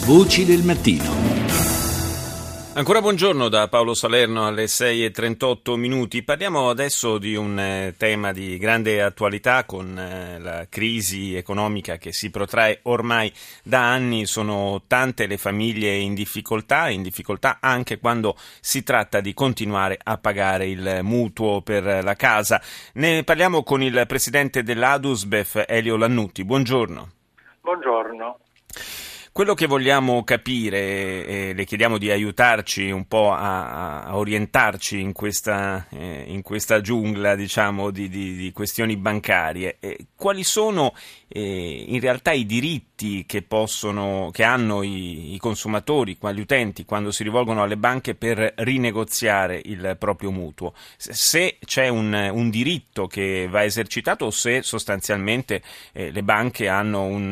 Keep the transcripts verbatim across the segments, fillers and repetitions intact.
Voci del mattino. Ancora buongiorno da Paolo Salerno alle sei e trentotto minuti. Parliamo adesso di un eh, tema di grande attualità con eh, la crisi economica che si protrae ormai da anni. Sono tante le famiglie in difficoltà, in difficoltà anche quando si tratta di continuare a pagare il mutuo per la casa. Ne parliamo con il presidente dell'Adusbef, Elio Lannutti. Buongiorno. Buongiorno. Quello che vogliamo capire, e le chiediamo di aiutarci un po' a, a orientarci in questa, eh, in questa giungla, diciamo, di, di, di questioni bancarie, eh, quali sono eh, in realtà i diritti che possono, che hanno i, i consumatori, gli utenti, quando si rivolgono alle banche per rinegoziare il proprio mutuo. Se c'è un, un diritto che va esercitato o se sostanzialmente eh, le banche hanno un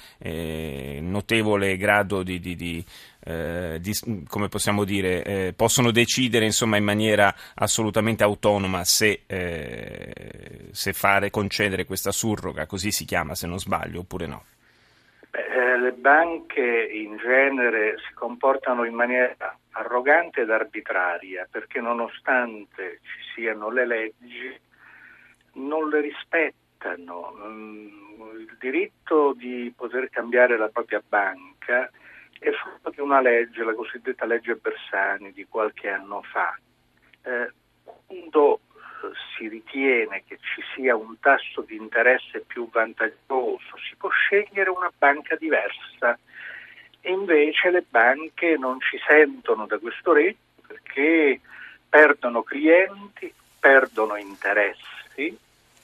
eh, notevole grado di, di, di, eh, di come possiamo dire, eh, possono decidere insomma in maniera assolutamente autonoma se, eh, se fare, concedere questa surroga, così si chiama se non sbaglio, oppure no. Beh, le banche in genere si comportano in maniera arrogante ed arbitraria perché nonostante ci siano le leggi non le rispettano. Il diritto di poter cambiare la propria banca è frutto di una legge, la cosiddetta legge Bersani di qualche anno fa. Eh, quando si ritiene che ci sia un tasso di interesse più vantaggioso, si può scegliere una banca diversa e invece le banche non ci sentono da questo retto perché perdono clienti, perdono interessi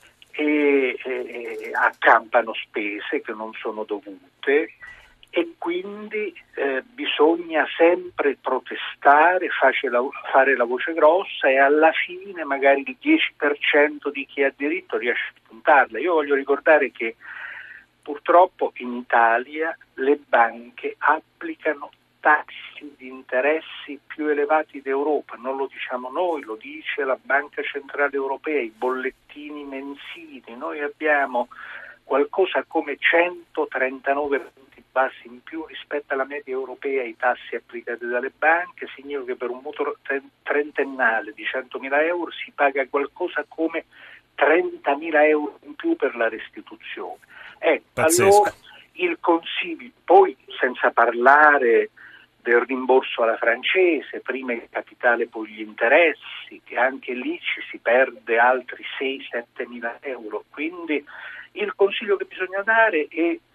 e, e accampano spese che non sono dovute e quindi eh, bisogna sempre protestare, face la, fare la voce grossa e alla fine magari il dieci per cento di chi ha diritto riesce a puntarla. Io voglio ricordare che purtroppo in Italia le banche applicano tassi di interessi più elevati d'Europa, non lo diciamo noi, lo dice la Banca Centrale Europea, i bollettini mensili. Noi abbiamo qualcosa come centotrentanove punti bassi in più rispetto alla media europea i tassi applicati dalle banche. Significa che per un mutuo trentennale di centomila euro si paga qualcosa come trentamila euro in più per la restituzione. Ecco, Pazzesco. Allora il consiglio, poi senza parlare del rimborso alla francese, prima il capitale poi gli interessi, che anche lì ci si perde altri sei sette mila euro. Quindi il consiglio che bisogna dare è eh,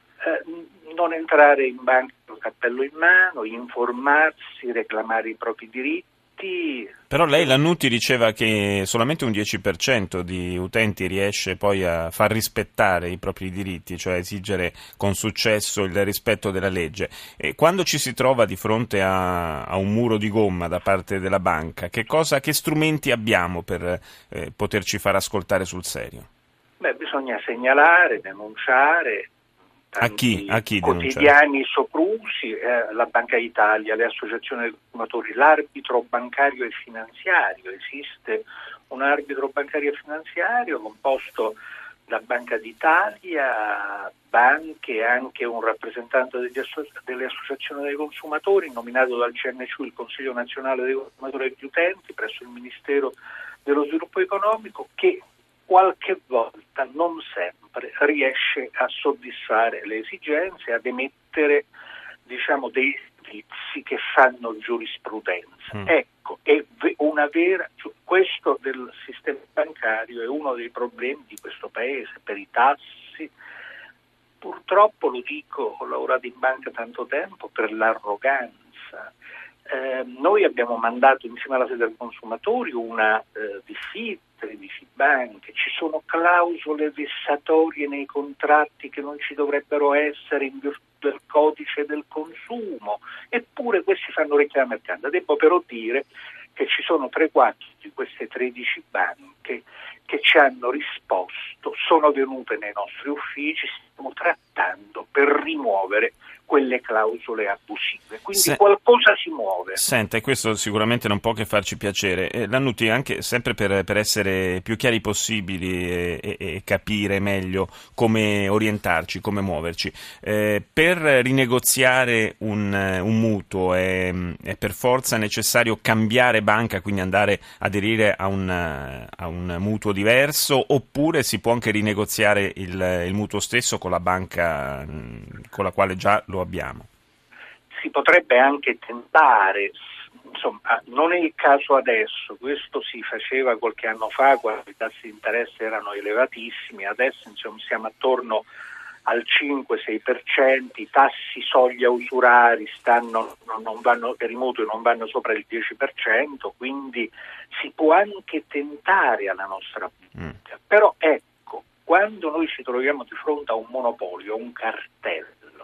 non entrare in banca con il cappello in mano, informarsi, reclamare i propri diritti. Però lei, Lannutti, diceva che solamente un dieci per cento di utenti riesce poi a far rispettare i propri diritti, cioè a esigere con successo il rispetto della legge. E quando ci si trova di fronte a, a un muro di gomma da parte della banca, che cosa, che strumenti abbiamo per eh, poterci far ascoltare sul serio? Beh, bisogna segnalare, denunciare. A chi? A chi quotidiani soprusi, eh, la Banca d'Italia, le associazioni dei consumatori, l'arbitro bancario e finanziario. Esiste un arbitro bancario e finanziario composto da Banca d'Italia, banche e anche un rappresentante degli asso- delle associazioni dei consumatori nominato dal C N C U, il Consiglio Nazionale dei Consumatori e degli Utenti, presso il Ministero dello Sviluppo Economico, che qualche volta, non sempre, riesce a soddisfare le esigenze, ad emettere, diciamo, dei giudizi che fanno giurisprudenza. Mm. Ecco, è una vera, questo del sistema bancario è uno dei problemi di questo paese, per i tassi. Purtroppo, lo dico, ho lavorato in banca tanto tempo, per l'arroganza. Eh, noi abbiamo mandato insieme alla Fede dei Consumatori una eh, diffida tredici banche, ci sono clausole vessatorie nei contratti che non ci dovrebbero essere in virtù del codice del consumo, eppure questi fanno richiamo al mercato. Devo però dire che ci sono tre quattro di queste tredici banche che ci hanno risposto, sono venute nei nostri uffici, stiamo trattando per rimuovere quelle clausole abusive, quindi Se... qualcosa si muove. Senta, e questo sicuramente non può che farci piacere. Eh, Lannutti, anche sempre per, per essere più chiari possibili e, e, e capire meglio come orientarci, come muoverci, eh, per rinegoziare un, un mutuo è, è per forza necessario cambiare banca, quindi andare a aderire a un, a un mutuo diverso, oppure si può anche rinegoziare il, il mutuo stesso con la banca con la quale già lo abbiamo? Si potrebbe anche tentare, insomma, non è il caso adesso, questo si faceva qualche anno fa quando i tassi di interesse erano elevatissimi, adesso insomma siamo attorno al cinque sei per cento, i tassi soglia usurari stanno, non vanno, per i mutui non vanno sopra il dieci per cento, quindi si può anche tentare alla nostra banca, mm. però ecco, quando noi ci troviamo di fronte a un monopolio, a un cartello,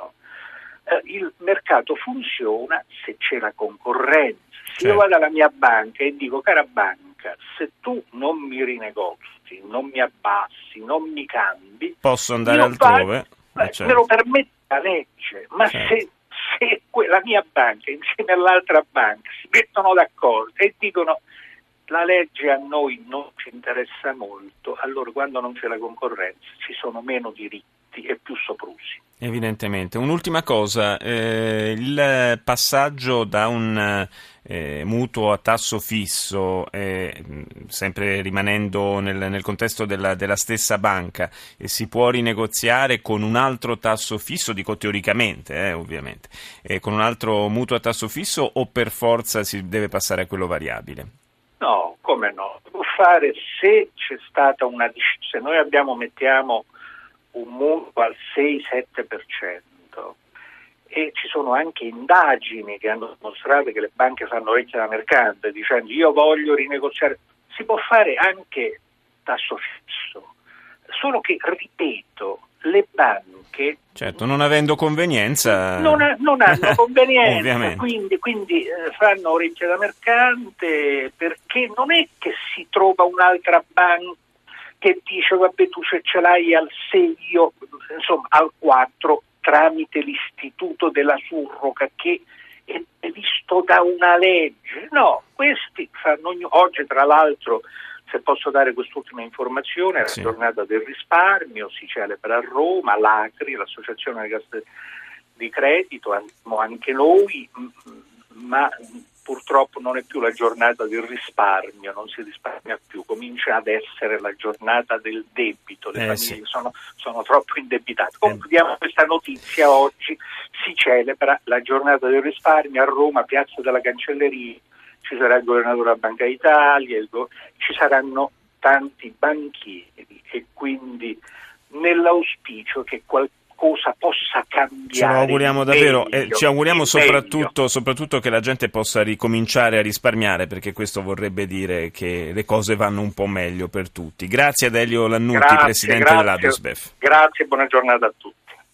eh, il mercato funziona se c'è la concorrenza. Se certo. io vado alla mia banca e dico, cara banca, se tu non mi rinegozi, non mi abbassi, non mi cambi, posso andare altrove? Faccio, eh, certo. Me lo permette la legge, ma certo. se, se la mia banca insieme all'altra banca si mettono d'accordo e dicono la legge a noi non ci interessa molto, allora quando non c'è la concorrenza ci sono meno diritti e più soprusi. Evidentemente. Un'ultima cosa, eh, il passaggio da un eh, mutuo a tasso fisso, eh, sempre rimanendo nel, nel contesto della, della stessa banca, eh, si può rinegoziare con un altro tasso fisso, dico teoricamente, eh, ovviamente, eh, con un altro mutuo a tasso fisso, o per forza si deve passare a quello variabile? No, come no? Si può fare se c'è stata una se noi abbiamo, mettiamo un mutuo al sei sette per cento e ci sono anche indagini che hanno dimostrato che le banche fanno orecchie da mercante dicendo io voglio rinegoziare, si può fare anche tasso fisso, solo che, ripeto, le banche certo, non avendo convenienza non, ha, non hanno convenienza quindi, quindi eh, fanno orecchie da mercante, perché non è che si trova un'altra banca che dice vabbè tu se ce l'hai al sei, io insomma al quattro, tramite l'istituto della surroga che è previsto da una legge. No, questi fanno ogni... oggi tra l'altro, se posso dare quest'ultima informazione, è sì. la giornata del risparmio, si celebra a Roma, l'Acri, l'Associazione delle Casse di Credito, andiamo anche noi, ma purtroppo non è più la giornata del risparmio, non si risparmia più, comincia ad essere la giornata del debito, le eh, famiglie sì. sono, sono troppo indebitate. Concludiamo eh. questa notizia, oggi si celebra la giornata del risparmio a Roma, Piazza della Cancelleria, ci sarà il governatore della Banca d'Italia, il go- ci saranno tanti banchieri e quindi nell'auspicio che qualcuno cosa possa cambiare. Ce lo auguriamo davvero meglio, e ci auguriamo soprattutto, soprattutto che la gente possa ricominciare a risparmiare, perché questo vorrebbe dire che le cose vanno un po' meglio per tutti. Grazie ad Elio Lannutti, grazie, Presidente grazie, dell'Adusbef. Grazie e buona giornata a tutti.